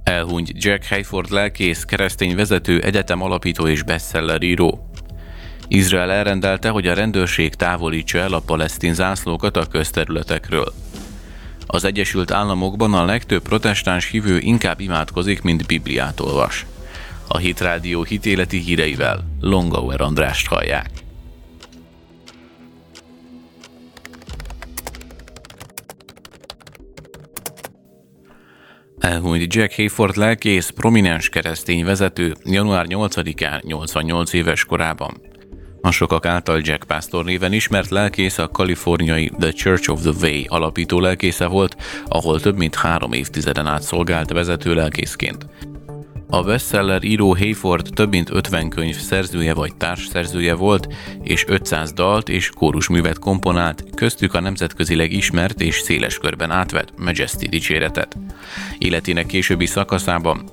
Elhunyt Jack Hayford lelkész, keresztény vezető, egyetem alapító és bestseller író. Izrael elrendelte, hogy a rendőrség távolítsa el a palesztin zászlókat a közterületekről. Az Egyesült Államokban a legtöbb protestáns hívő inkább imádkozik, mint Bibliát olvas. A Hit Rádió hitéleti híreivel Longauer Andrást hallják. Elhunyt Jack Hayford lelkész, prominens keresztény vezető január 8-án 88 éves korában. A sokak által Jack Pastor néven ismert lelkész a kaliforniai The Church of the Way alapító lelkésze volt, ahol több mint 3 évtizeden át szolgált vezető lelkészként. A bestseller író Hayford több mint 50 könyv szerzője vagy társszerzője volt, és 500 dalt és kórusművet komponált, köztük a nemzetközileg ismert és széles körben átvett Majesty dicséretet. Életének későbbi szakaszában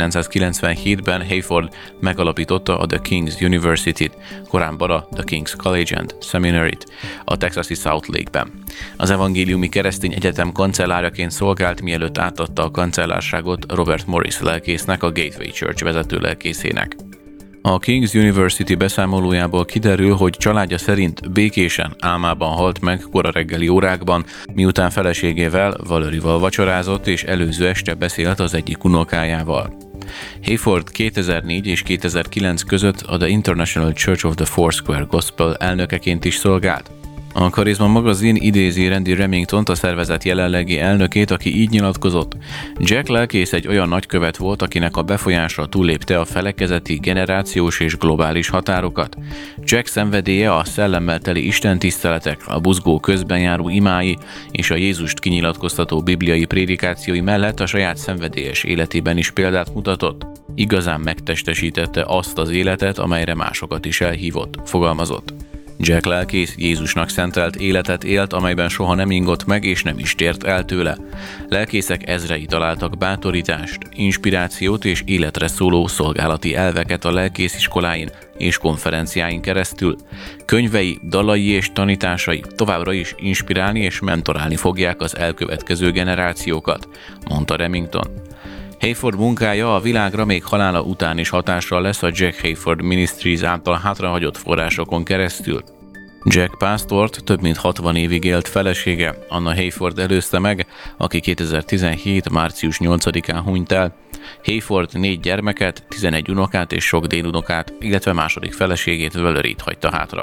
1997-ben Hayford megalapította a The King's University-t, korábban a The King's College and Seminary-t a texasi South Lake-ben. Az evangéliumi keresztény egyetem kancellárjaként szolgált, mielőtt átadta a kancellárságot Robert Morris lelkésznek, a Gateway Church vezető lelkészének. A King's University beszámolójából kiderül, hogy családja szerint békésen álmában halt meg kora reggeli órákban, miután feleségével, Valerie-val vacsorázott és előző este beszélt az egyik unokájával. Hayford 2004 és 2009 között a The International Church of the Foursquare Gospel elnökeként is szolgált. A Charisma magazin idézi Randy Remingtont, a szervezet jelenlegi elnökét, aki így nyilatkozott: Jack lelkész egy olyan nagykövet volt, akinek a befolyása túllépte a felekezeti, generációs és globális határokat. Jack szenvedélye, a szellemmel teli istentiszteletek, a buzgó közben járó imái és a Jézust kinyilatkoztató bibliai prédikációi mellett a saját szenvedélyes életében is példát mutatott. Igazán megtestesítette azt az életet, amelyre másokat is elhívott, fogalmazott. Jack lelkész Jézusnak szentelt életet élt, amelyben soha nem ingott meg és nem is tért el tőle. Lelkészek ezrei találtak bátorítást, inspirációt és életre szóló szolgálati elveket a lelkésziskoláin és konferenciáin keresztül. Könyvei, dalai és tanításai továbbra is inspirálni és mentorálni fogják az elkövetkező generációkat, mondta Remington. Hayford munkája a világra még halála után is hatással lesz a Jack Hayford Ministries által hátrahagyott forrásokon keresztül. Jack Pastort több mint 60 évig élt felesége, Anna Hayford előzte meg, aki 2017. március 8-án hunyt el. Hayford 4 gyermeket, 11 unokát és sok dédunokát, illetve második feleségét, Valerie-t hagyta hátra.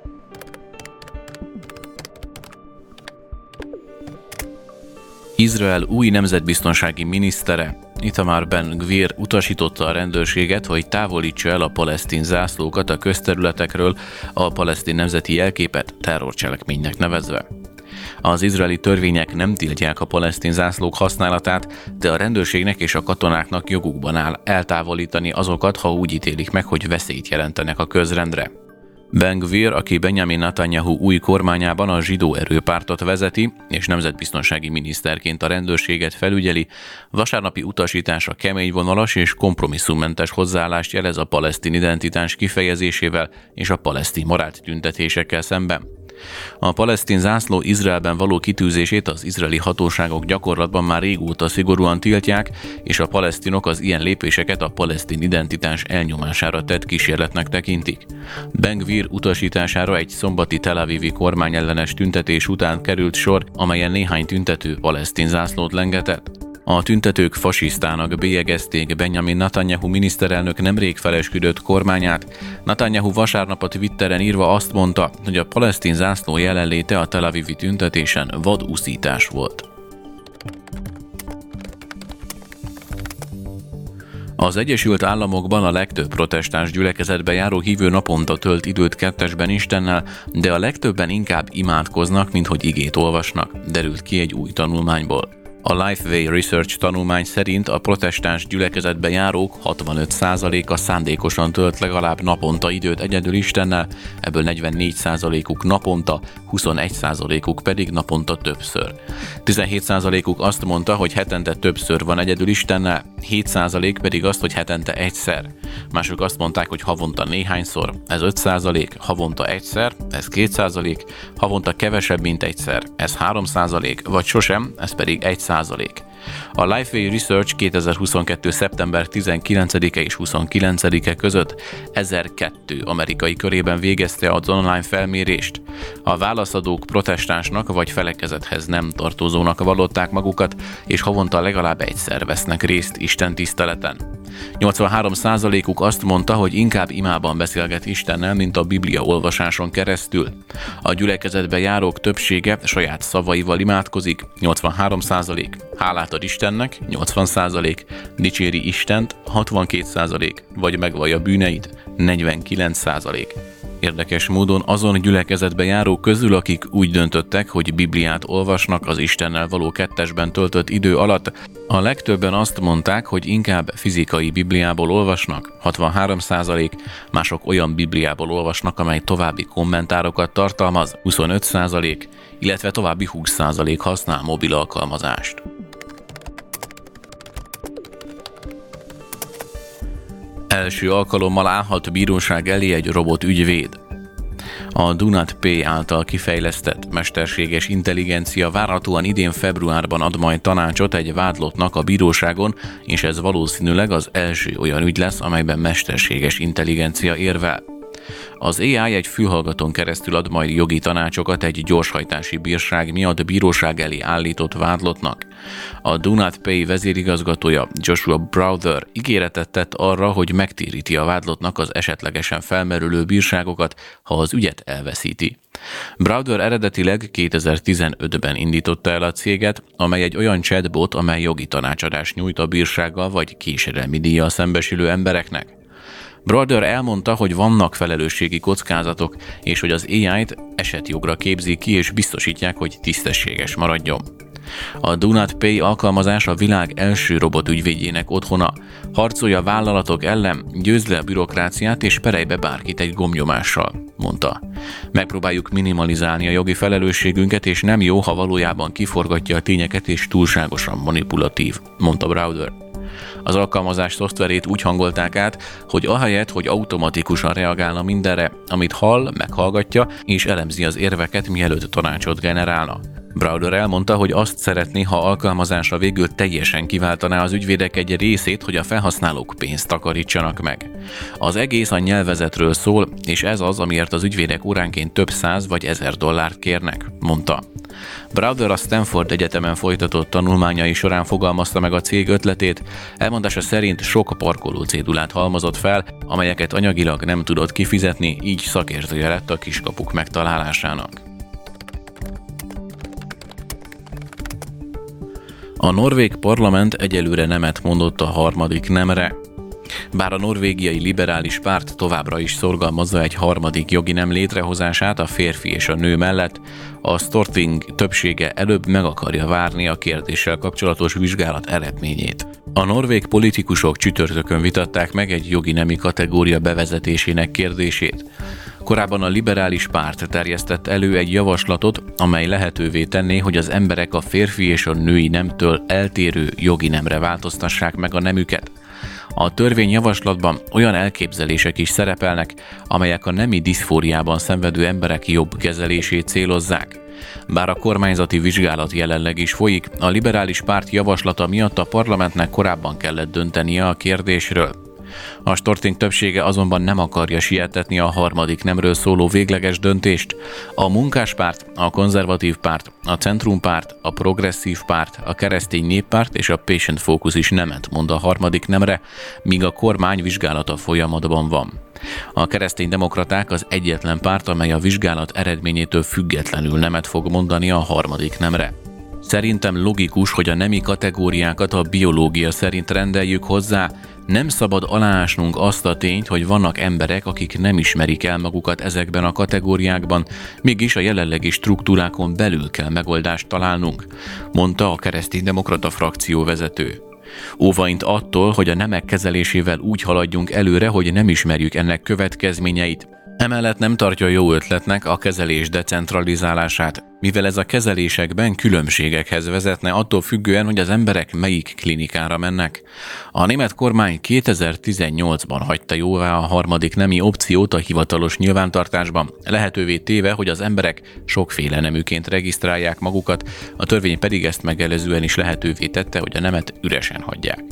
Izrael új nemzetbiztonsági minisztere, Itamar Ben-Gvir utasította a rendőrséget, hogy távolítsa el a palesztin zászlókat a közterületekről, a palesztin nemzeti jelképet terrorcselekménynek nevezve. Az izraeli törvények nem tiltják a palesztin zászlók használatát, de a rendőrségnek és a katonáknak jogukban áll eltávolítani azokat, ha úgy ítélik meg, hogy veszélyt jelentenek a közrendre. Ben-Gvir, aki Benjamin Netanyahu új kormányában a zsidó erőpártot vezeti, és nemzetbiztonsági miniszterként a rendőrséget felügyeli, vasárnapi utasítása keményvonalas és kompromisszummentes hozzáállást jelez a palesztin identitás kifejezésével és a palesztin morált tüntetésekkel szemben. A palesztin zászló Izraelben való kitűzését az izraeli hatóságok gyakorlatban már régóta szigorúan tiltják, és a palesztinok az ilyen lépéseket a palesztin identitás elnyomására tett kísérletnek tekintik. Ben-Gvir utasítására egy szombati Tel Avivi kormányellenes tüntetés után került sor, amelyen néhány tüntető palesztin zászlót lengetett. A tüntetők fasisztának bélyegezték Benjamin Netanyahu miniszterelnök nemrég felesküdött kormányát. Netanyahu vasárnap a Twitteren írva azt mondta, hogy a palesztin zászló jelenléte a Tel Avivi tüntetésen vadúszítás volt. Az Egyesült Államokban a legtöbb protestáns gyülekezetbe járó hívő naponta tölt időt kettesben Istennel, de a legtöbben inkább imádkoznak, mint hogy igét olvasnak, derült ki egy új tanulmányból. A Lifeway Research tanulmány szerint a protestáns gyülekezetbe járók 65%-a szándékosan tölt legalább naponta időt egyedül Istennel, ebből 44%-uk naponta, 21%-uk pedig naponta többször. 17%-uk azt mondta, hogy hetente többször van egyedül Istennel, 7% pedig azt, hogy hetente egyszer. Mások azt mondták, hogy havonta néhányszor, ez 5%, havonta egyszer, ez 2%, havonta kevesebb, mint egyszer, ez 3%, vagy sosem, ez pedig 1%. 3%. A Lifeway Research 2022. szeptember 19-e és 29-e között 1002 amerikai körében végezte az online felmérést. A válaszadók protestánsnak vagy felekezethez nem tartozónak vallották magukat, és havonta legalább egyszer vesznek részt istentiszteleten. 83%-uk azt mondta, hogy inkább imában beszélget Istennel, mint a Biblia olvasáson keresztül. A gyülekezetbe járók többsége saját szavaival imádkozik, 83%, hálát ad Istennek, 80%, dicséri Istent, 62%, vagy megvallja bűneit, 49%. Érdekes módon azon gyülekezetbe járók közül, akik úgy döntöttek, hogy Bibliát olvasnak az Istennel való kettesben töltött idő alatt, a legtöbben azt mondták, hogy inkább fizikai Bibliából olvasnak, 63%, mások olyan Bibliából olvasnak, amely további kommentárokat tartalmaz, 25%, illetve további 20% használ mobil alkalmazást. Első alkalommal állhat bíróság elé egy robot ügyvéd. A Do Not Pay által kifejlesztett mesterséges intelligencia várhatóan idén februárban ad majd tanácsot egy vádlottnak a bíróságon, és ez valószínűleg az első olyan ügy lesz, amelyben mesterséges intelligencia érvel. Az AI egy fülhallgatón keresztül ad majd jogi tanácsokat egy gyorshajtási bírság miatt bíróság elé állított vádlottnak. A Do Not Pay vezérigazgatója Joshua Browder ígéretet tett arra, hogy megtéríti a vádlottnak az esetlegesen felmerülő bírságokat, ha az ügyet elveszíti. Browder eredetileg 2015-ben indította el a céget, amely egy olyan chatbot, amely jogi tanácsadást nyújt a bírsággal vagy késedelmi díjjal szembesülő embereknek. Browder elmondta, hogy vannak felelősségi kockázatok, és hogy az AI-t esetjogra képzik ki, és biztosítják, hogy tisztességes maradjon. A Do Not Pay alkalmazás a világ első robotügyvédjének otthona. Harcolja a vállalatok ellen, győzd le a bürokráciát és perelj be bárkit egy gombnyomással, mondta. Megpróbáljuk minimalizálni a jogi felelősségünket, és nem jó, ha valójában kiforgatja a tényeket és túlságosan manipulatív, mondta Browder. Az alkalmazás szoftverét úgy hangolták át, hogy ahelyett, hogy automatikusan reagálna mindenre, amit hall, meghallgatja és elemzi az érveket, mielőtt tanácsot generálna. Browder elmondta, hogy azt szeretné, ha alkalmazása végül teljesen kiváltaná az ügyvédek egy részét, hogy a felhasználók pénzt takarítsanak meg. Az egész a nyelvezetről szól, és ez az, amiért az ügyvédek óránként több $100 vagy $1000 kérnek, mondta. Browder a Stanford Egyetemen folytatott tanulmányai során fogalmazta meg a cég ötletét, elmondása szerint sok parkoló cédulát halmozott fel, amelyeket anyagilag nem tudott kifizetni, így szakértője lett a kiskapuk megtalálásának. A norvég parlament egyelőre nemet mondott a harmadik nemre. Bár a norvégiai liberális párt továbbra is szorgalmazza egy harmadik jogi nem létrehozását a férfi és a nő mellett, a Storting többsége előbb meg akarja várni a kérdéssel kapcsolatos vizsgálat eredményét. A norvég politikusok csütörtökön vitatták meg egy jogi nemi kategória bevezetésének kérdését. Korábban a liberális párt terjesztett elő egy javaslatot, amely lehetővé tenné, hogy az emberek a férfi és a női nemtől eltérő jogi nemre változtassák meg a nemüket. A törvényjavaslatban olyan elképzelések is szerepelnek, amelyek a nemi diszfóriában szenvedő emberek jobb kezelését célozzák. Bár a kormányzati vizsgálat jelenleg is folyik, a liberális párt javaslata miatt a parlamentnek korábban kellett döntenie a kérdésről. A Storting többsége azonban nem akarja sietetni a harmadik nemről szóló végleges döntést. A Munkáspárt, a Konzervatív Párt, a Centrumpárt, a Progresszív Párt, a Keresztény Néppárt és a Patient Focus is nemet mond a harmadik nemre, míg a kormány vizsgálata folyamatban van. A kereszténydemokraták az egyetlen párt, amely a vizsgálat eredményétől függetlenül nemet fog mondani a harmadik nemre. Szerintem logikus, hogy a nemi kategóriákat a biológia szerint rendeljük hozzá, nem szabad aláásnunk azt a tényt, hogy vannak emberek, akik nem ismerik el magukat ezekben a kategóriákban, mégis a jelenlegi struktúrákon belül kell megoldást találnunk, mondta a kereszténydemokrata frakció vezető. Óvaint attól, hogy a nemek kezelésével úgy haladjunk előre, hogy nem ismerjük ennek következményeit. Emellett nem tartja jó ötletnek a kezelés decentralizálását, mivel ez a kezelésekben különbségekhez vezetne attól függően, hogy az emberek melyik klinikára mennek. A német kormány 2018-ban hagyta jóvá a harmadik nemi opciót a hivatalos nyilvántartásban, lehetővé téve, hogy az emberek sokféle neműként regisztrálják magukat, a törvény pedig ezt megelőzően is lehetővé tette, hogy a nemet üresen hagyják.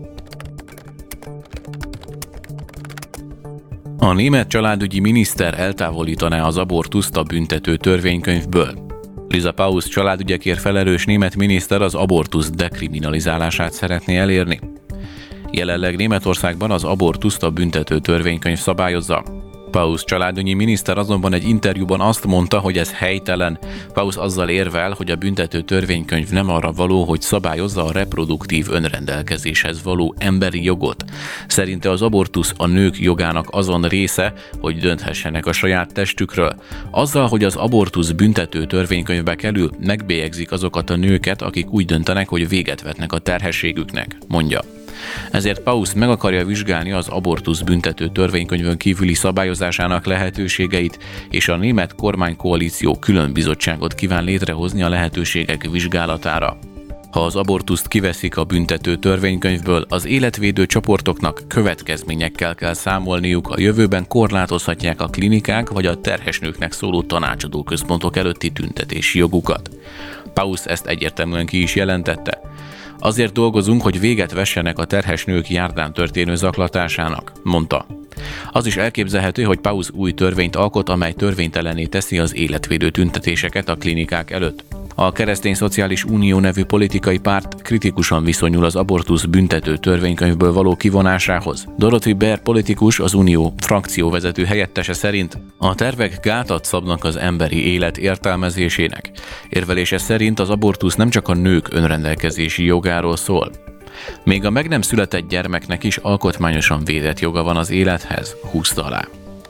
A német családügyi miniszter eltávolítaná az abortuszt a büntető törvénykönyvből. Liza Paus családügyekért felelős német miniszter az abortusz dekriminalizálását szeretné elérni. Jelenleg Németországban az abortuszt a büntető törvénykönyv szabályozza. Paus családügyi miniszter azonban egy interjúban azt mondta, hogy ez helytelen. Paus azzal érvel, hogy a büntető törvénykönyv nem arra való, hogy szabályozza a reproduktív önrendelkezéshez való emberi jogot. Szerinte az abortusz a nők jogának azon része, hogy dönthessenek a saját testükről. Azzal, hogy az abortusz büntető törvénykönyvbe kerül, megbélyegzik azokat a nőket, akik úgy döntenek, hogy véget vetnek a terhességüknek, mondja. Ezért Paus meg akarja vizsgálni az abortusz büntető törvénykönyvön kívüli szabályozásának lehetőségeit, és a német kormánykoalíció külön bizottságot kíván létrehozni a lehetőségek vizsgálatára. Ha az abortuszt kiveszik a büntető törvénykönyvből, az életvédő csoportoknak következményekkel kell számolniuk, a jövőben korlátozhatják a klinikák vagy a terhes nőknek szóló tanácsadó központok előtti tüntetési jogukat. Paus ezt egyértelműen ki is jelentette. Azért dolgozunk, hogy véget vessenek a terhes nők járdán történő zaklatásának, mondta. Az is elképzelhető, hogy Paus új törvényt alkot, amely törvénytelenné teszi az életvédő tüntetéseket a klinikák előtt. A Keresztény Szociális Unió nevű politikai párt kritikusan viszonyul az abortusz büntető törvénykönyvből való kivonásához. Dorothy Baer politikus, az Unió frakcióvezető helyettese szerint a tervek gátat szabnak az emberi élet értelmezésének. Érvelése szerint az abortusz nem csak a nők önrendelkezési jogáról szól. Még a meg nem született gyermeknek is alkotmányosan védett joga van az élethez, húzta alá.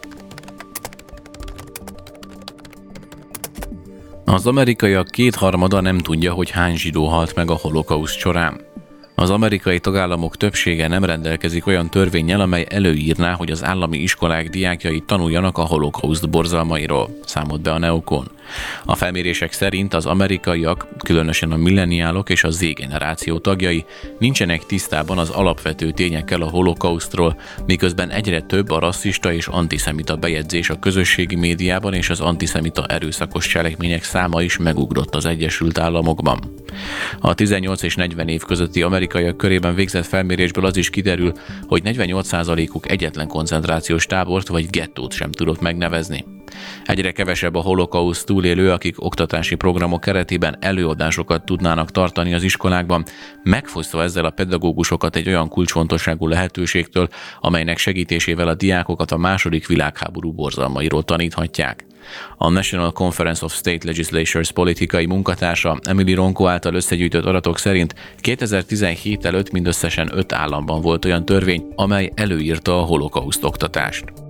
Az amerikaiak kétharmada nem tudja, hogy hány zsidó halt meg a holokauszt során. Az amerikai tagállamok többsége nem rendelkezik olyan törvénnyel, amely előírná, hogy az állami iskolák diákjai tanuljanak a holokauszt borzalmairól, számolt be a Neokon. A felmérések szerint az amerikaiak, különösen a milleniálok és a Z-generáció tagjai nincsenek tisztában az alapvető tényekkel a holokausztról, miközben egyre több a rasszista és antiszemita bejegyzés a közösségi médiában, és az antiszemita erőszakos cselekmények száma is megugrott az Egyesült Államokban. A 18 és 40 év közötti amerikaiak körében végzett felmérésből az is kiderül, hogy 48%-uk egyetlen koncentrációs tábort vagy gettót sem tudott megnevezni. Egyre kevesebb a holokauszt túlélő, akik oktatási programok keretében előadásokat tudnának tartani az iskolákban, megfosztva ezzel a pedagógusokat egy olyan kulcsfontosságú lehetőségtől, amelynek segítésével a diákokat a II. Világháború borzalmairól taníthatják. A National Conference of State Legislatures politikai munkatársa Emily Ronco által összegyűjtött adatok szerint 2017 előtt mindösszesen 5 államban volt olyan törvény, amely előírta a holokauszt oktatást.